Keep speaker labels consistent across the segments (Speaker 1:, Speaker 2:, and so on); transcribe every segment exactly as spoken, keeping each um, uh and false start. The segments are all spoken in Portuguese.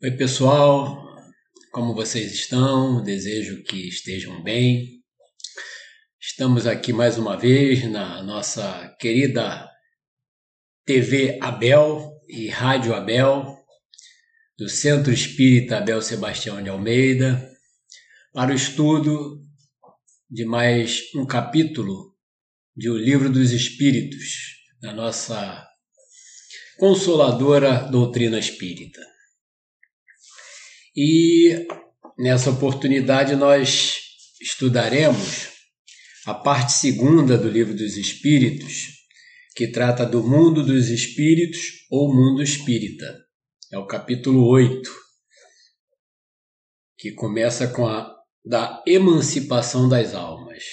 Speaker 1: Oi, pessoal, como vocês estão? Desejo que estejam bem. Estamos aqui mais uma vez na nossa querida T V Abel e Rádio Abel, do Centro Espírita Abel Sebastião de Almeida, para o estudo de mais um capítulo de O Livro dos Espíritos, da nossa consoladora doutrina espírita. E nessa oportunidade nós estudaremos a parte segunda do Livro dos Espíritos, que trata do mundo dos espíritos ou mundo espírita. É o capítulo oito, que começa com a da emancipação das almas.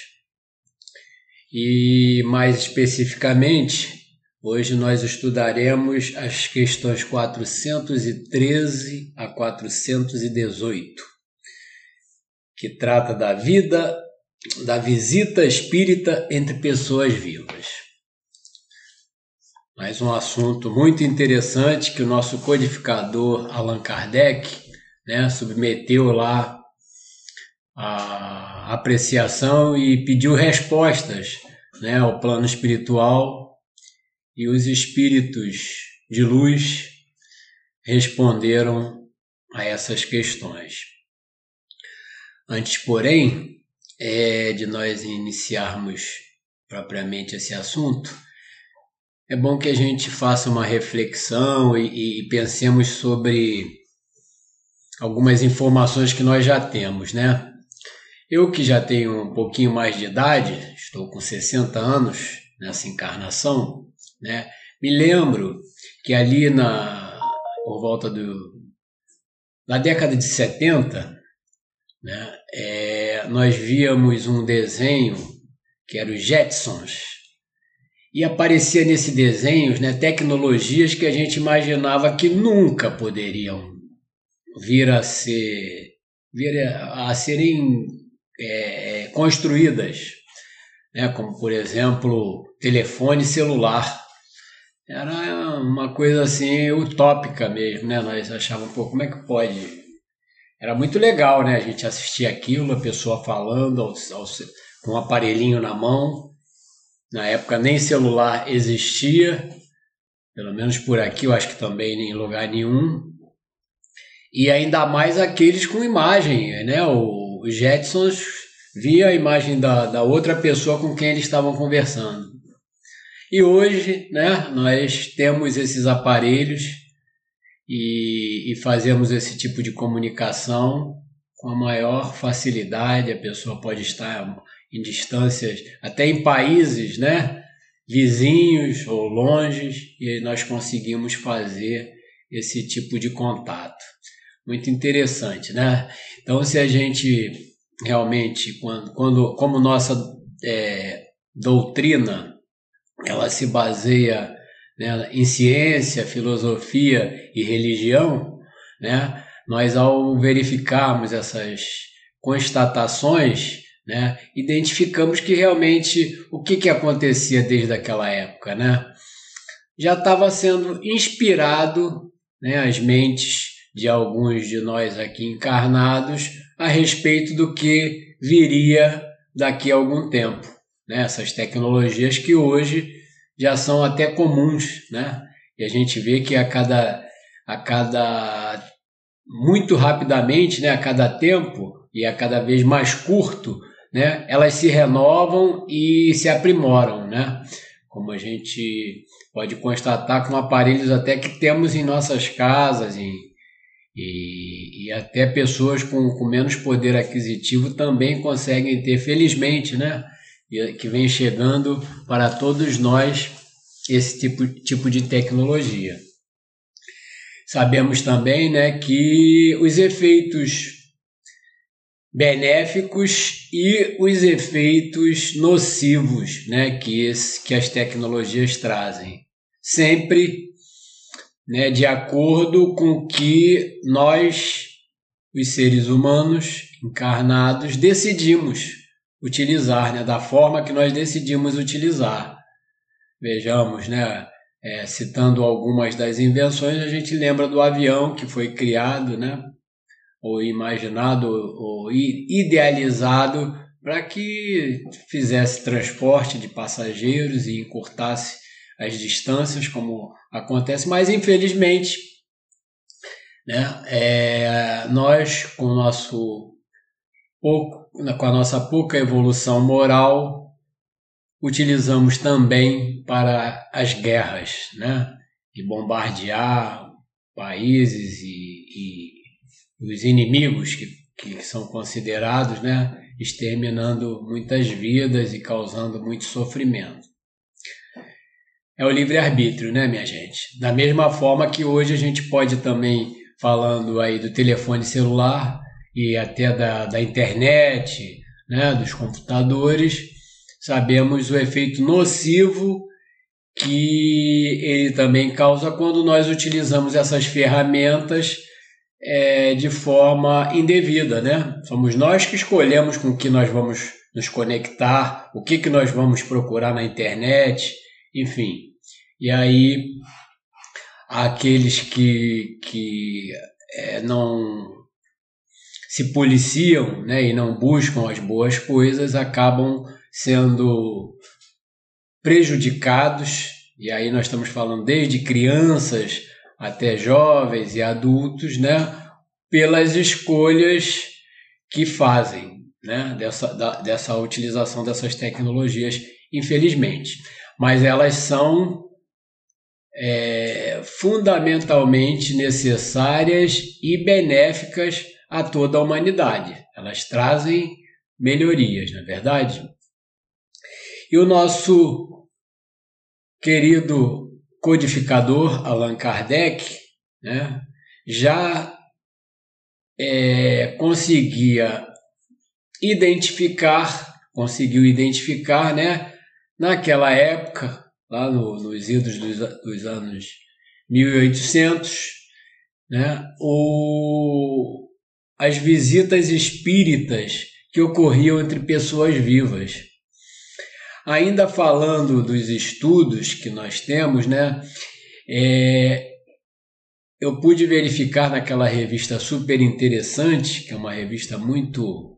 Speaker 1: E mais especificamente, hoje nós estudaremos as questões quatrocentos e treze a quatrocentos e dezoito, que trata da vida, da visita espírita entre pessoas vivas. Mais um assunto muito interessante que o nosso codificador Allan Kardec, né, submeteu lá a apreciação e pediu respostas, né, ao plano espiritual. E os espíritos de luz responderam a essas questões. Antes, porém, é, de nós iniciarmos propriamente esse assunto, é bom que a gente faça uma reflexão e, e pensemos sobre algumas informações que nós já temos, né? Eu que já tenho um pouquinho mais de idade, estou com sessenta anos nessa encarnação, né? Me lembro que ali na, por volta do, da década de setenta, né, é, nós víamos um desenho que era os Jetsons, e aparecia nesse desenho, né, tecnologias que a gente imaginava que nunca poderiam vir a ser vir a, a serem é, construídas, né, como por exemplo telefone celular. Era uma coisa assim utópica mesmo, né? Nós achávamos, pô, como é que pode? Era muito legal, né? A gente assistia aquilo, a pessoa falando ao, ao, com um aparelhinho na mão. Na época nem celular existia, pelo menos por aqui, eu acho que também em lugar nenhum. E ainda mais aqueles com imagem, né? Os Jetsons via a imagem da, da outra pessoa com quem eles estavam conversando. E hoje, né, nós temos esses aparelhos e, e fazemos esse tipo de comunicação com a maior facilidade. A pessoa pode estar em distâncias, até em países, né, vizinhos ou longes, e nós conseguimos fazer esse tipo de contato. Muito interessante, né? Então, se a gente realmente, quando, quando como nossa é, doutrina, ela se baseia, né, em ciência, filosofia e religião, né, nós ao verificarmos essas constatações, né, identificamos que realmente o que, que acontecia desde aquela época, né? Já estava sendo inspirado, né, as mentes de alguns de nós aqui encarnados a respeito do que viria daqui a algum tempo, né? Essas tecnologias que hoje já são até comuns, né? E a gente vê que a cada, a cada muito rapidamente, né, a cada tempo e a cada vez mais curto, né, elas se renovam e se aprimoram, né? Como a gente pode constatar com aparelhos até que temos em nossas casas em, e, e até pessoas com, com menos poder aquisitivo também conseguem ter, felizmente, né, que vem chegando para todos nós esse tipo, tipo de tecnologia. Sabemos também, né, que os efeitos benéficos e os efeitos nocivos, né, que, esse, que as tecnologias trazem, sempre, né, de acordo com o que nós, os seres humanos encarnados, decidimos utilizar, né, da forma que nós decidimos utilizar. Vejamos, né, é, citando algumas das invenções, a gente lembra do avião que foi criado, né, ou imaginado, ou idealizado para que fizesse transporte de passageiros e encurtasse as distâncias, como acontece, mas infelizmente, né, é, nós com o nosso pouco, com a nossa pouca evolução moral, utilizamos também para as guerras, né, e bombardear países e, e os inimigos que, que são considerados, né, exterminando muitas vidas e causando muito sofrimento. É o livre-arbítrio, né, minha gente? Da mesma forma que hoje a gente pode também, falando aí do telefone celular e até da, da internet, né, dos computadores, sabemos o efeito nocivo que ele também causa quando nós utilizamos essas ferramentas é, de forma indevida, né? Somos nós que escolhemos com que nós vamos nos conectar, o que, que nós vamos procurar na internet, enfim. E aí, aqueles que, que é, não se policiam, né, e não buscam as boas coisas, acabam sendo prejudicados, e aí nós estamos falando desde crianças até jovens e adultos, né, pelas escolhas que fazem, né, dessa, da, dessa utilização dessas tecnologias, infelizmente. Mas elas são é, fundamentalmente necessárias e benéficas a toda a humanidade. Elas trazem melhorias, não é verdade? E o nosso querido codificador Allan Kardec, né, já é, conseguia identificar, conseguiu identificar, né, naquela época, lá no, nos idos dos, dos anos mil e oitocentos, né, o, as visitas espíritas que ocorriam entre pessoas vivas. Ainda falando dos estudos que nós temos, né, é, eu pude verificar naquela revista super interessante, que é uma revista muito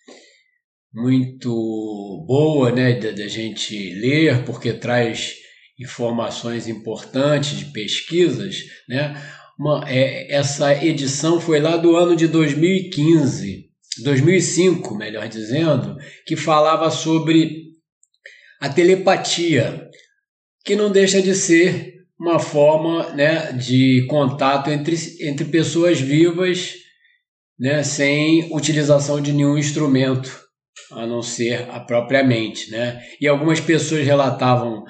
Speaker 1: muito boa, né, da gente ler, porque traz informações importantes de pesquisas, né? Uma, é, essa edição foi lá do ano de dois mil e quinze, dois mil e cinco, melhor dizendo, que falava sobre a telepatia, que não deixa de ser uma forma, né, de contato entre, entre pessoas vivas, né, sem utilização de nenhum instrumento, a não ser a própria mente, né? E algumas pessoas relatavam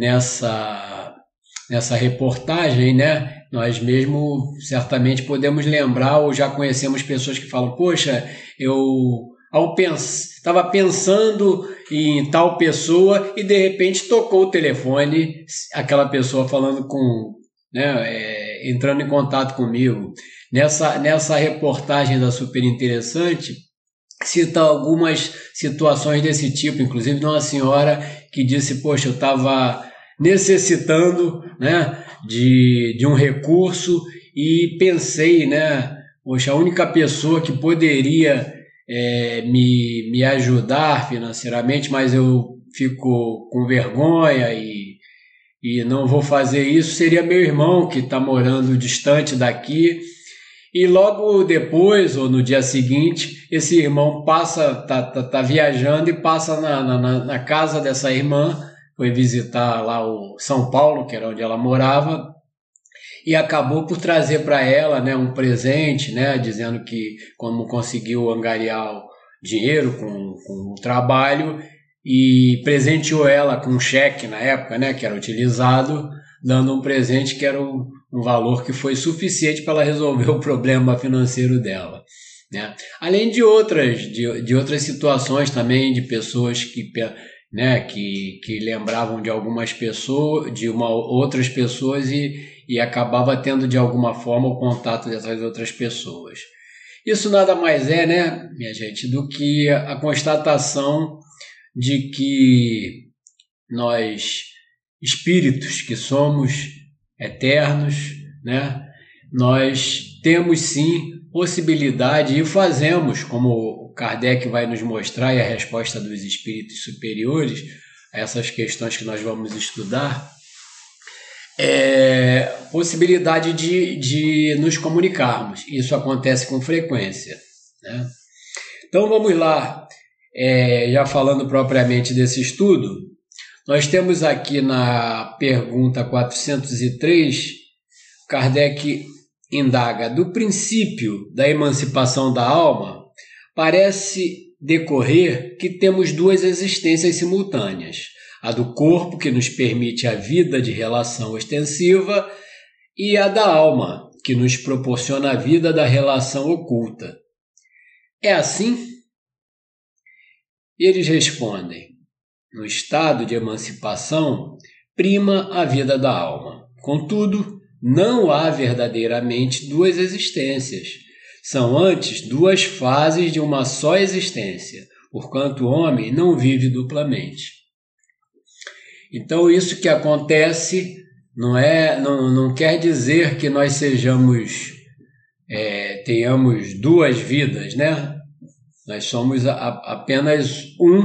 Speaker 1: nessa, nessa reportagem, né? Nós mesmo certamente podemos lembrar ou já conhecemos pessoas que falam, poxa, eu ao pens- estava pensando em tal pessoa e de repente tocou o telefone, aquela pessoa falando com, né, é, entrando em contato comigo. Nessa, nessa reportagem da Super Interessante, cita algumas situações desse tipo, inclusive de uma senhora que disse, poxa, eu estava necessitando, né, de, de um recurso e pensei, né, poxa, a única pessoa que poderia é, me, me ajudar financeiramente, mas eu fico com vergonha e, e não vou fazer isso, seria meu irmão que está morando distante daqui. E logo depois, ou no dia seguinte, esse irmão passa, tá, tá, tá viajando e passa na, na, na casa dessa irmã, foi visitar lá o São Paulo, que era onde ela morava, e acabou por trazer para ela, né, um presente, né, dizendo que como conseguiu angariar dinheiro com, com o trabalho, e presenteou ela com um cheque na época, né, que era utilizado, dando um presente que era um, um valor que foi suficiente para ela resolver o problema financeiro dela, né? Além de outras, de, de outras situações também de pessoas que, né, que, que lembravam de algumas pessoas, de uma, outras pessoas e, e acabava tendo de alguma forma o contato dessas outras pessoas. Isso nada mais é, né, minha gente, do que a constatação de que nós espíritos que somos eternos, né? Nós temos sim possibilidade e fazemos, como o Kardec vai nos mostrar, e a resposta dos espíritos superiores a essas questões que nós vamos estudar, é possibilidade de, de nos comunicarmos. Isso acontece com frequência, né? Então vamos lá, é, já falando propriamente desse estudo, nós temos aqui na pergunta quatrocentos e três, Kardec indaga: do princípio da emancipação da alma, parece decorrer que temos duas existências simultâneas, a do corpo, que nos permite a vida de relação ostensiva, e a da alma, que nos proporciona a vida da relação oculta. É assim? E eles respondem: no estado de emancipação, prima a vida da alma. Contudo, não há verdadeiramente duas existências. São antes duas fases de uma só existência, porquanto o homem não vive duplamente. Então, isso que acontece não, é, não, não quer dizer que nós sejamos, é, tenhamos duas vidas, né? Nós somos a, a, apenas um,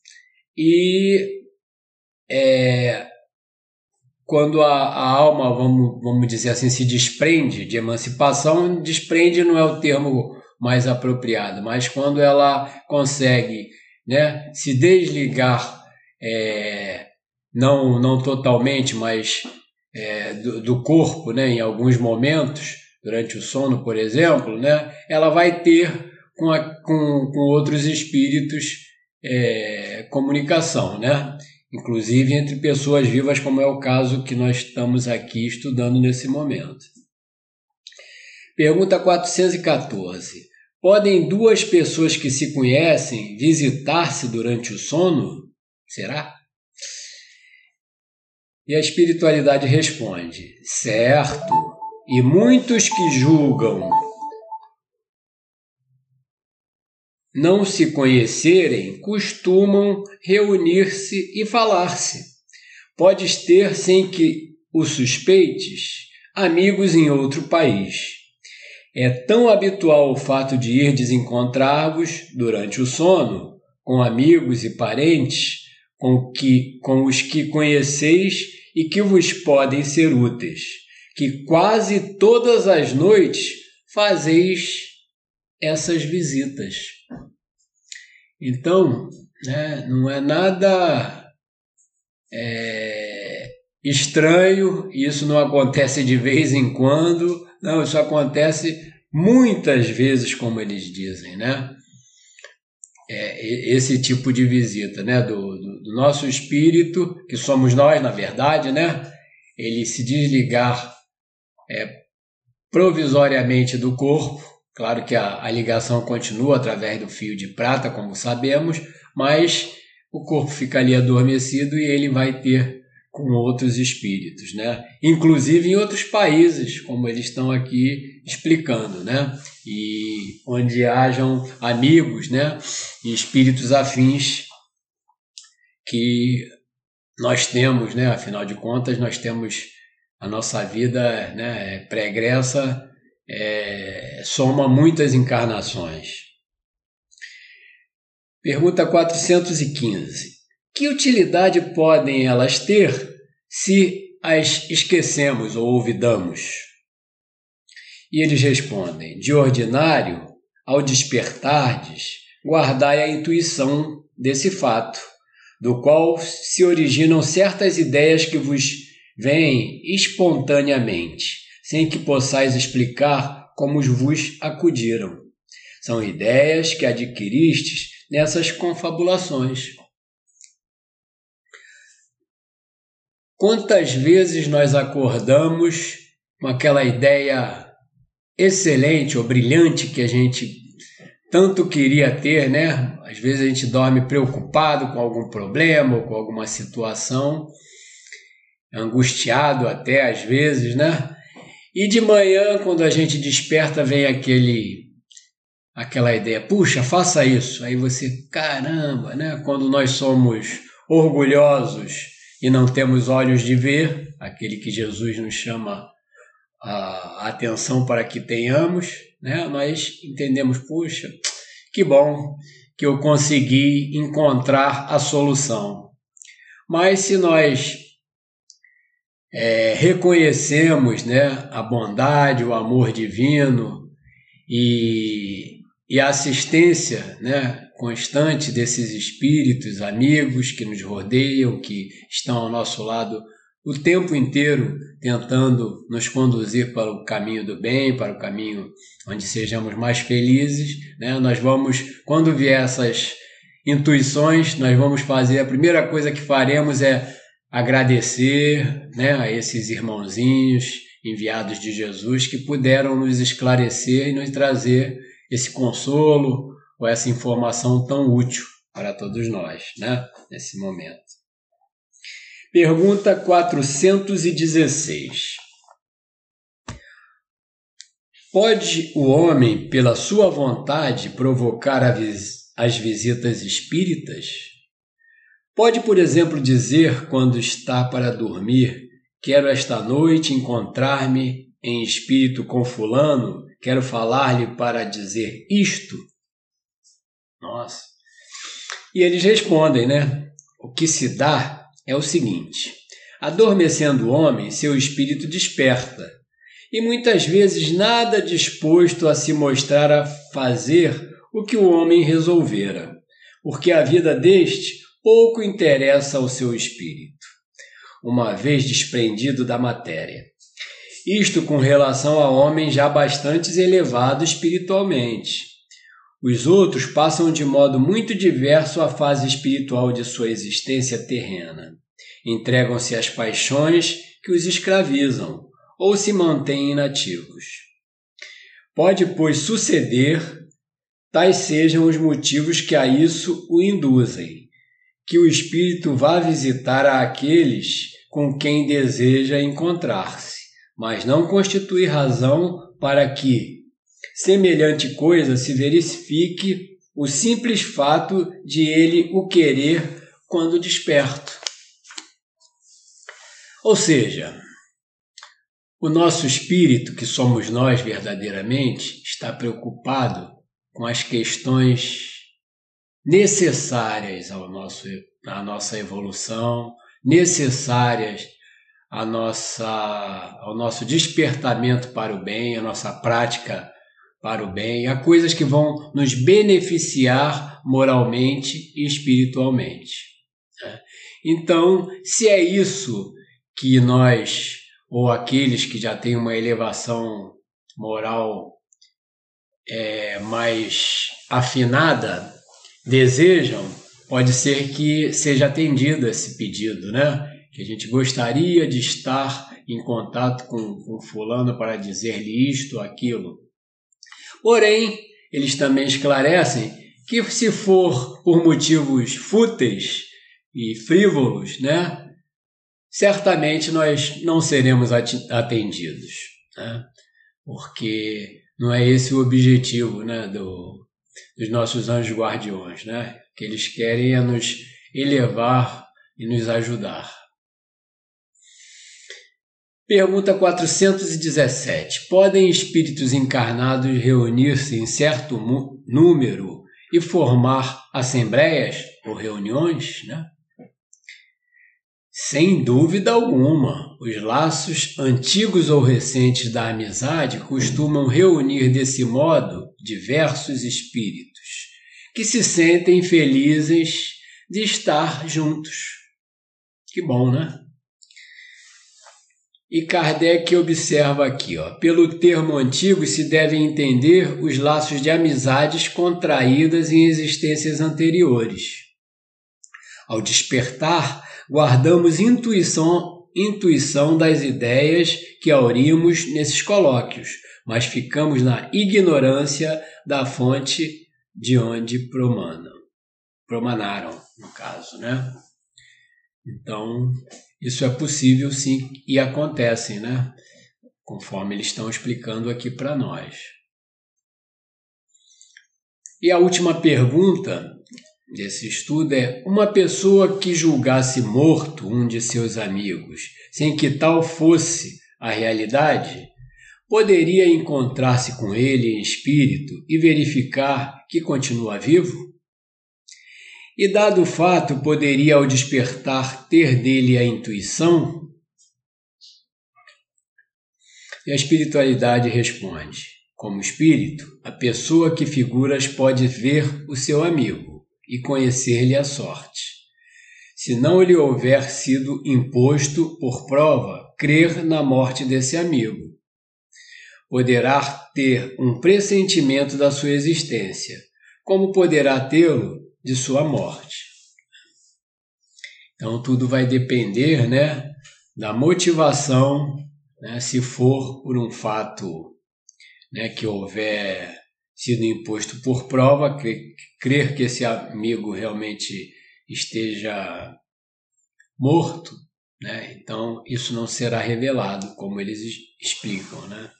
Speaker 1: e é, quando a, a alma, vamos, vamos dizer assim, se desprende de emancipação, desprende não é o termo mais apropriado, mas quando ela consegue, né, se desligar, é, não, não totalmente, mas é, do, do corpo, né, em alguns momentos, durante o sono, por exemplo, né, ela vai ter com, a, com, com outros espíritos é, comunicação, né? Inclusive entre pessoas vivas, como é o caso que nós estamos aqui estudando nesse momento. Pergunta quatrocentos e quatorze. Podem duas pessoas que se conhecem visitar-se durante o sono? Será? E a espiritualidade responde: certo, e muitos que julgam não se conhecerem, costumam reunir-se e falar-se. Podes ter, sem que o suspeites, amigos em outro país. É tão habitual o fato de irdes encontrar-vos durante o sono, com amigos e parentes, com, que, com os que conheceis e que vos podem ser úteis, que quase todas as noites fazeis essas visitas. Então, né, não é nada é, estranho, isso não acontece de vez em quando, não, isso acontece muitas vezes, como eles dizem, né? É, esse tipo de visita, né, do, do, do nosso espírito, que somos nós, na verdade, né? Ele se desligar é, provisoriamente do corpo. Claro que a, a ligação continua através do fio de prata, como sabemos, mas o corpo fica ali adormecido e ele vai ter com outros espíritos, né? Inclusive em outros países, como eles estão aqui explicando, né? E onde hajam amigos, né? E espíritos afins que nós temos, né? Afinal de contas, nós temos a nossa vida, né, pregressa, É, soma muitas encarnações. Pergunta quatrocentos e quinze. Que utilidade podem elas ter se as esquecemos ou olvidamos? E eles respondem: de ordinário, ao despertardes, guardai a intuição desse fato, do qual se originam certas ideias que vos vêm espontaneamente, sem que possais explicar como vos acudiram. São ideias que adquiristes nessas confabulações. Quantas vezes nós acordamos com aquela ideia excelente ou brilhante que a gente tanto queria ter, né? Às vezes a gente dorme preocupado com algum problema ou com alguma situação, angustiado até às vezes, né? E de manhã, quando a gente desperta, vem aquele, aquela ideia: puxa, faça isso. Aí você, caramba, né? Quando nós somos orgulhosos e não temos olhos de ver, aquele que Jesus nos chama a atenção para que tenhamos, né? Nós entendemos, puxa, que bom que eu consegui encontrar a solução. Mas se nós é, reconhecemos, né, a bondade, o amor divino e, e a assistência, né, constante desses espíritos amigos que nos rodeiam, que estão ao nosso lado o tempo inteiro tentando nos conduzir para o caminho do bem, para o caminho onde sejamos mais felizes, né? Nós vamos, quando vier essas intuições, nós vamos fazer, a primeira coisa que faremos é agradecer, né, a esses irmãozinhos enviados de Jesus que puderam nos esclarecer e nos trazer esse consolo ou essa informação tão útil para todos nós, né, nesse momento. Pergunta quatrocentos e dezesseis. Pode o homem, pela sua vontade, provocar as visitas espíritas? Pode, por exemplo, dizer, quando está para dormir, quero esta noite encontrar-me em espírito com fulano, quero falar-lhe para dizer isto? Nossa! E eles respondem, né? O que se dá é o seguinte: adormecendo o homem, seu espírito desperta, e muitas vezes nada disposto a se mostrar a fazer o que o homem resolvera, porque a vida deste pouco interessa ao seu espírito, uma vez desprendido da matéria. Isto com relação a homens já bastante elevados espiritualmente. Os outros passam de modo muito diverso a fase espiritual de sua existência terrena. Entregam-se às paixões que os escravizam ou se mantêm inativos. Pode, pois, suceder, tais sejam os motivos que a isso o induzem, que o espírito vá visitar aqueles com quem deseja encontrar-se, mas não constitui razão para que semelhante coisa se verifique o simples fato de ele o querer quando desperto. Ou seja, o nosso espírito, que somos nós verdadeiramente, está preocupado com as questões necessárias ao nosso, à nossa evolução, necessárias à nossa, ao nosso despertamento para o bem, à nossa prática para o bem, há coisas que vão nos beneficiar moralmente e espiritualmente, né? Então, se é isso que nós, ou aqueles que já têm uma elevação moral é, mais afinada, desejam, pode ser que seja atendido esse pedido, né? Que a gente gostaria de estar em contato com, com fulano para dizer-lhe isto ou aquilo. Porém, eles também esclarecem que se for por motivos fúteis e frívolos, né, certamente nós não seremos atendidos, né, porque não é esse o objetivo, né, do, dos nossos anjos guardiões, né, que eles querem é nos elevar e nos ajudar. Pergunta quatrocentos e dezessete. Podem espíritos encarnados reunir-se em certo número e formar assembleias ou reuniões, né? Sem dúvida alguma, os laços antigos ou recentes da amizade costumam reunir desse modo diversos espíritos que se sentem felizes de estar juntos. Que bom, né? E Kardec observa aqui, ó, pelo termo antigo se devem entender os laços de amizades contraídas em existências anteriores. Ao despertar, guardamos intuição, intuição das ideias que aurimos nesses colóquios, mas ficamos na ignorância da fonte de onde promanam, promanaram, no caso, né? Então, isso é possível sim e acontece, né? Conforme eles estão explicando aqui para nós. E a última pergunta desse estudo é: uma pessoa que julgasse morto um de seus amigos, sem que tal fosse a realidade, poderia encontrar-se com ele em espírito e verificar que continua vivo? E dado o fato, poderia ao despertar ter dele a intuição? E a espiritualidade responde: como espírito, a pessoa que figuras pode ver o seu amigo e conhecer-lhe a sorte, se não lhe houver sido imposto por prova crer na morte desse amigo. Poderá ter um pressentimento da sua existência, como poderá tê-lo de sua morte. Então tudo vai depender, né, da motivação, né, se for por um fato, né, que houver sido imposto por prova, crer que esse amigo realmente esteja morto, né, então isso não será revelado, como eles explicam, né?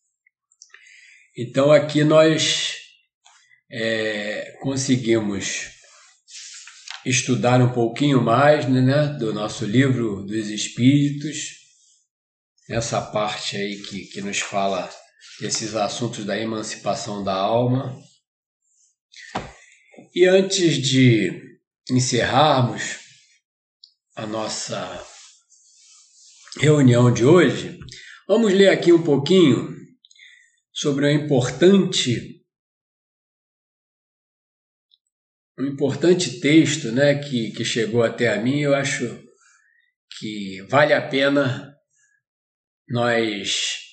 Speaker 1: Então aqui nós é, conseguimos estudar um pouquinho mais, né, do nosso livro dos Espíritos, essa parte aí que, que nos fala desses assuntos da emancipação da alma. E antes de encerrarmos a nossa reunião de hoje, vamos ler aqui um pouquinho sobre um importante, um importante texto, né, que, que chegou até a mim. Eu acho que vale a pena nós,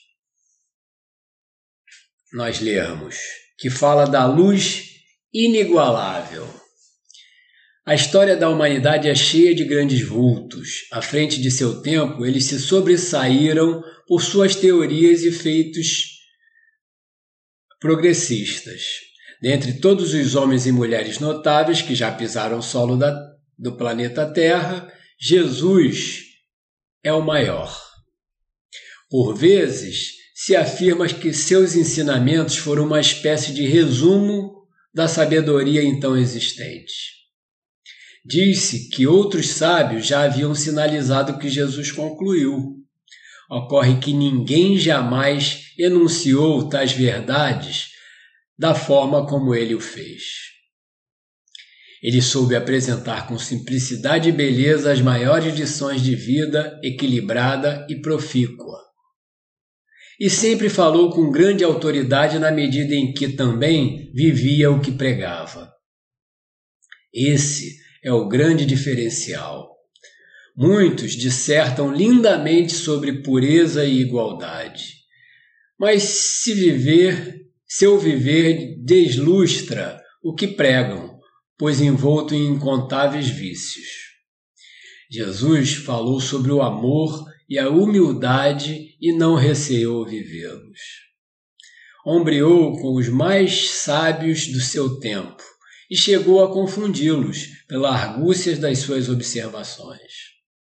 Speaker 1: nós lermos, que fala da luz inigualável. A história da humanidade é cheia de grandes vultos. À frente de seu tempo, eles se sobressaíram por suas teorias e feitos progressistas. Dentre todos os homens e mulheres notáveis que já pisaram o solo da, do planeta Terra, Jesus é o maior. Por vezes, se afirma que seus ensinamentos foram uma espécie de resumo da sabedoria então existente. Diz-se que outros sábios já haviam sinalizado que Jesus concluiu. Ocorre que ninguém jamais enunciou tais verdades da forma como ele o fez. Ele soube apresentar com simplicidade e beleza as maiores lições de vida equilibrada e profícua. E sempre falou com grande autoridade na medida em que também vivia o que pregava. Esse é o grande diferencial. Muitos dissertam lindamente sobre pureza e igualdade, mas se viver, seu viver deslustra o que pregam, pois envolto em incontáveis vícios. Jesus falou sobre o amor e a humildade e não receou vivê-los. Ombreou com os mais sábios do seu tempo e chegou a confundi-los pelas argúcias das suas observações.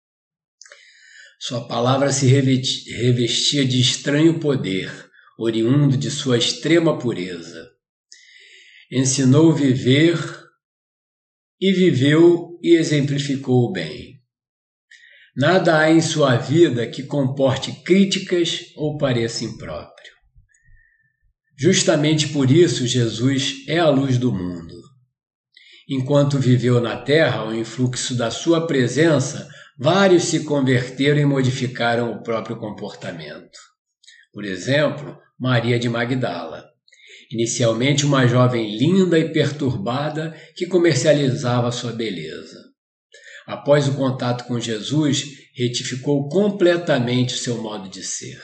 Speaker 1: Sua palavra se revestia de estranho poder, oriundo de sua extrema pureza. Ensinou viver e viveu e exemplificou o bem. Nada há em sua vida que comporte críticas ou pareça impróprio. Justamente por isso Jesus é a luz do mundo. Enquanto viveu na terra, ao influxo da sua presença, vários se converteram e modificaram o próprio comportamento. Por exemplo, Maria de Magdala, inicialmente uma jovem linda e perturbada que comercializava sua beleza. Após o contato com Jesus, retificou completamente o seu modo de ser.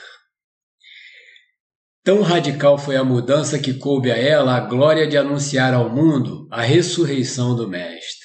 Speaker 1: Tão radical foi a mudança que coube a ela a glória de anunciar ao mundo a ressurreição do Mestre.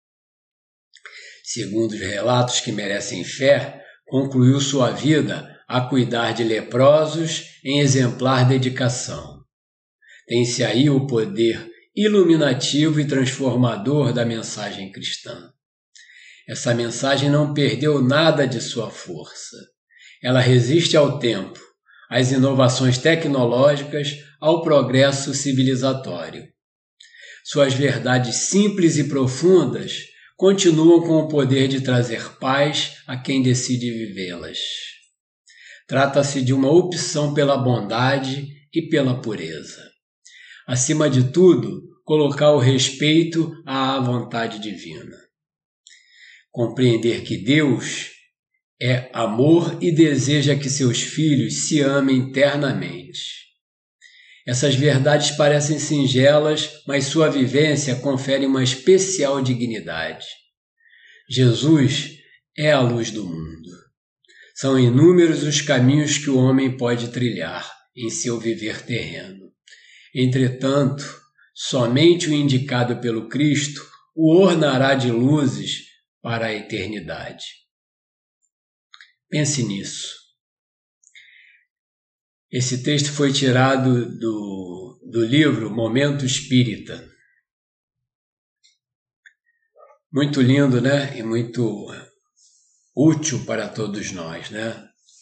Speaker 1: Segundo os relatos que merecem fé, concluiu sua vida a cuidar de leprosos em exemplar dedicação. Tem-se aí o poder iluminativo e transformador da mensagem cristã. Essa mensagem não perdeu nada de sua força. Ela resiste ao tempo, às inovações tecnológicas, ao progresso civilizatório. suas verdades simples e profundas continuam com o poder de trazer paz a quem decide vivê-las. Trata-se de uma opção pela bondade e pela pureza. Acima de tudo, colocar o respeito à vontade divina. Compreender que Deus é amor e deseja que seus filhos se amem eternamente. Essas verdades parecem singelas, mas sua vivência confere uma especial dignidade. Jesus é a luz do mundo. São inúmeros os caminhos que o homem pode trilhar em seu viver terreno. Entretanto, somente o indicado pelo Cristo o ornará de luzes para a eternidade. Pense nisso. Esse texto foi tirado do, do livro Momento Espírita. Muito lindo, né? E muito útil para todos nós, né?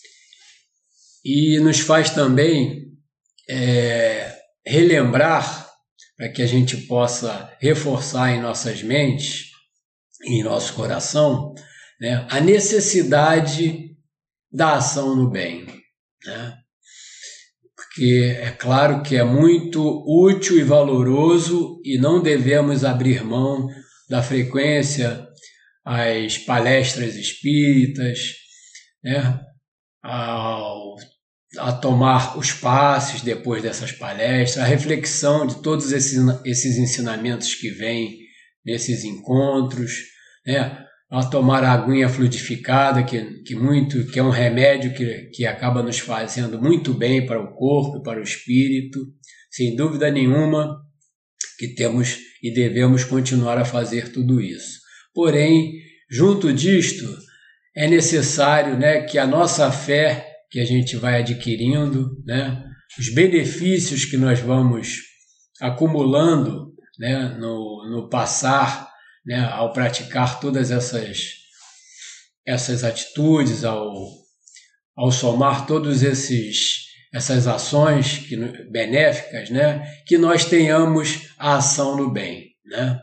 Speaker 1: E nos faz também é, relembrar, para que a gente possa reforçar em nossas mentes, em nosso coração, né, a necessidade da ação no bem, né? Porque é claro que é muito útil e valoroso e não devemos abrir mão da frequência às palestras espíritas, né, ao, a tomar os passes depois dessas palestras, a reflexão de todos esses, esses ensinamentos que vêm nesses encontros, né, a tomar a aguinha fluidificada, que, que, muito, que é um remédio que, que acaba nos fazendo muito bem para o corpo e para o espírito. Sem dúvida nenhuma que temos e devemos continuar a fazer tudo isso. Porém, junto disto, é necessário, né, que a nossa fé, que a gente vai adquirindo, né, os benefícios que nós vamos acumulando, né, no, no passar, né, ao praticar todas essas, essas atitudes, ao, ao somar todos esses essas ações que, benéficas, né, que nós tenhamos a ação no bem, né?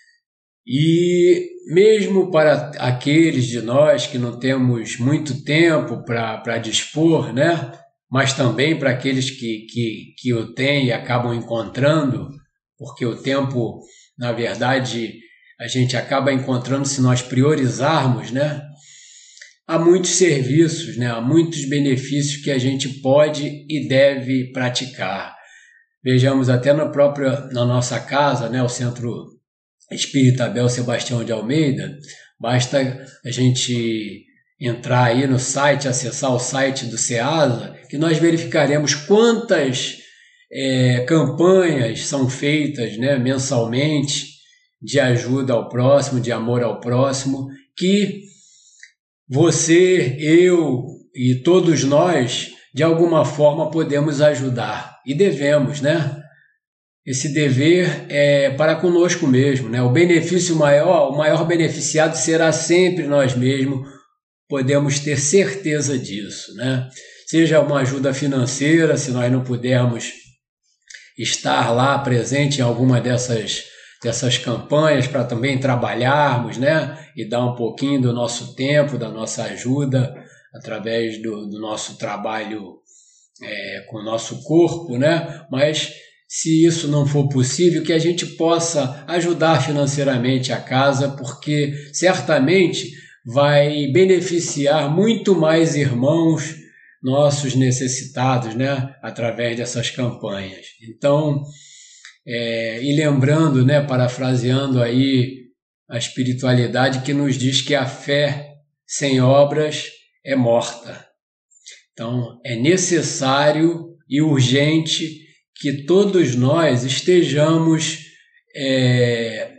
Speaker 1: E mesmo para aqueles de nós que não temos muito tempo para dispor, né, mas também para aqueles que, que, que o têm e acabam encontrando, porque o tempo, na verdade, a gente acaba encontrando se nós priorizarmos, né? Há muitos serviços, né? Há muitos benefícios que a gente pode e deve praticar. Vejamos até na própria, na nossa casa, né? O Centro Espírita Abel Sebastião de Almeida, basta a gente entrar aí no site, acessar o site do SEASA, que nós verificaremos quantas é, campanhas são feitas, né, mensalmente, de ajuda ao próximo, de amor ao próximo, que você, eu e todos nós, de alguma forma, podemos ajudar. E devemos, né? Esse dever é para conosco mesmo, né? O benefício maior, o maior beneficiado será sempre nós mesmos, podemos ter certeza disso, né? Seja uma ajuda financeira, se nós não pudermos estar lá presente em alguma dessas dessas campanhas para também trabalharmos, né, e dar um pouquinho do nosso tempo, da nossa ajuda através do, do nosso trabalho é, com o nosso corpo, né, mas se isso não for possível, que a gente possa ajudar financeiramente a casa, porque certamente vai beneficiar muito mais irmãos nossos necessitados, né, através dessas campanhas. Então, É, e lembrando, né, parafraseando aí a espiritualidade que nos diz que a fé sem obras é morta. Então, é necessário e urgente que todos nós estejamos é,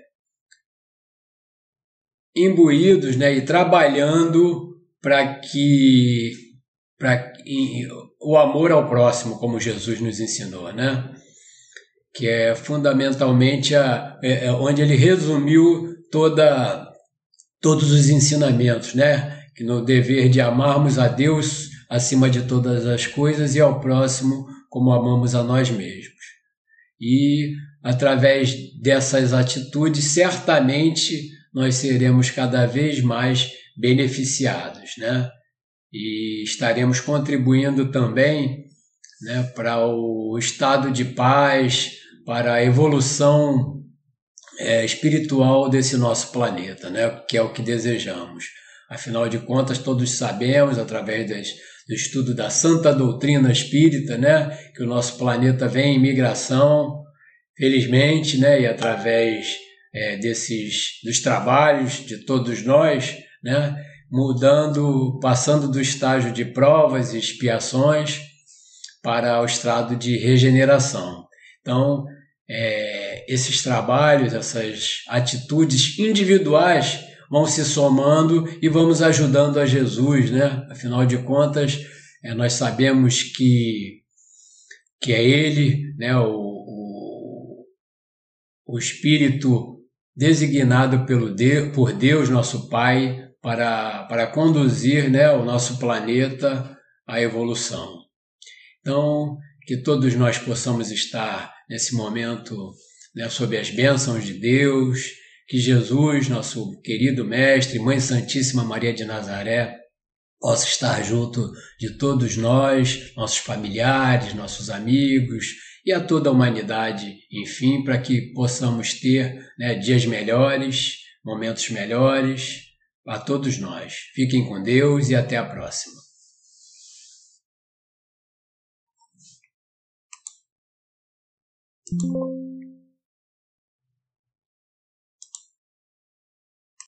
Speaker 1: imbuídos, né, e trabalhando para que, para o amor ao próximo, como Jesus nos ensinou, né? Que é fundamentalmente a, é, é onde ele resumiu toda, todos os ensinamentos, né? Que no dever de amarmos a Deus acima de todas as coisas e ao próximo como amamos a nós mesmos. e através dessas atitudes certamente nós seremos cada vez mais beneficiados, né? E estaremos contribuindo também, né, para o estado de paz, para a evolução é, espiritual desse nosso planeta, né, que é o que desejamos. Afinal de contas, todos sabemos, através das, do estudo da Santa Doutrina Espírita, né, que o nosso planeta vem em migração, felizmente, né, e através é, desses dos trabalhos de todos nós, né, mudando, passando do estágio de provas e expiações para o estado de regeneração. Então, é, esses trabalhos, essas atitudes individuais vão se somando e vamos ajudando a Jesus, né? Afinal de contas, é, nós sabemos que, que é Ele, né, o, o, o Espírito designado pelo Deus, por Deus, nosso Pai, para, para conduzir, né, o nosso planeta à evolução. Então, que todos nós possamos estar nesse momento, né, sob as bênçãos de Deus, que Jesus, nosso querido Mestre, Mãe Santíssima Maria de Nazaré, possa estar junto de todos nós, nossos familiares, nossos amigos e a toda a humanidade, enfim, para que possamos ter, né, dias melhores, momentos melhores a todos nós. Fiquem com Deus e até a próxima.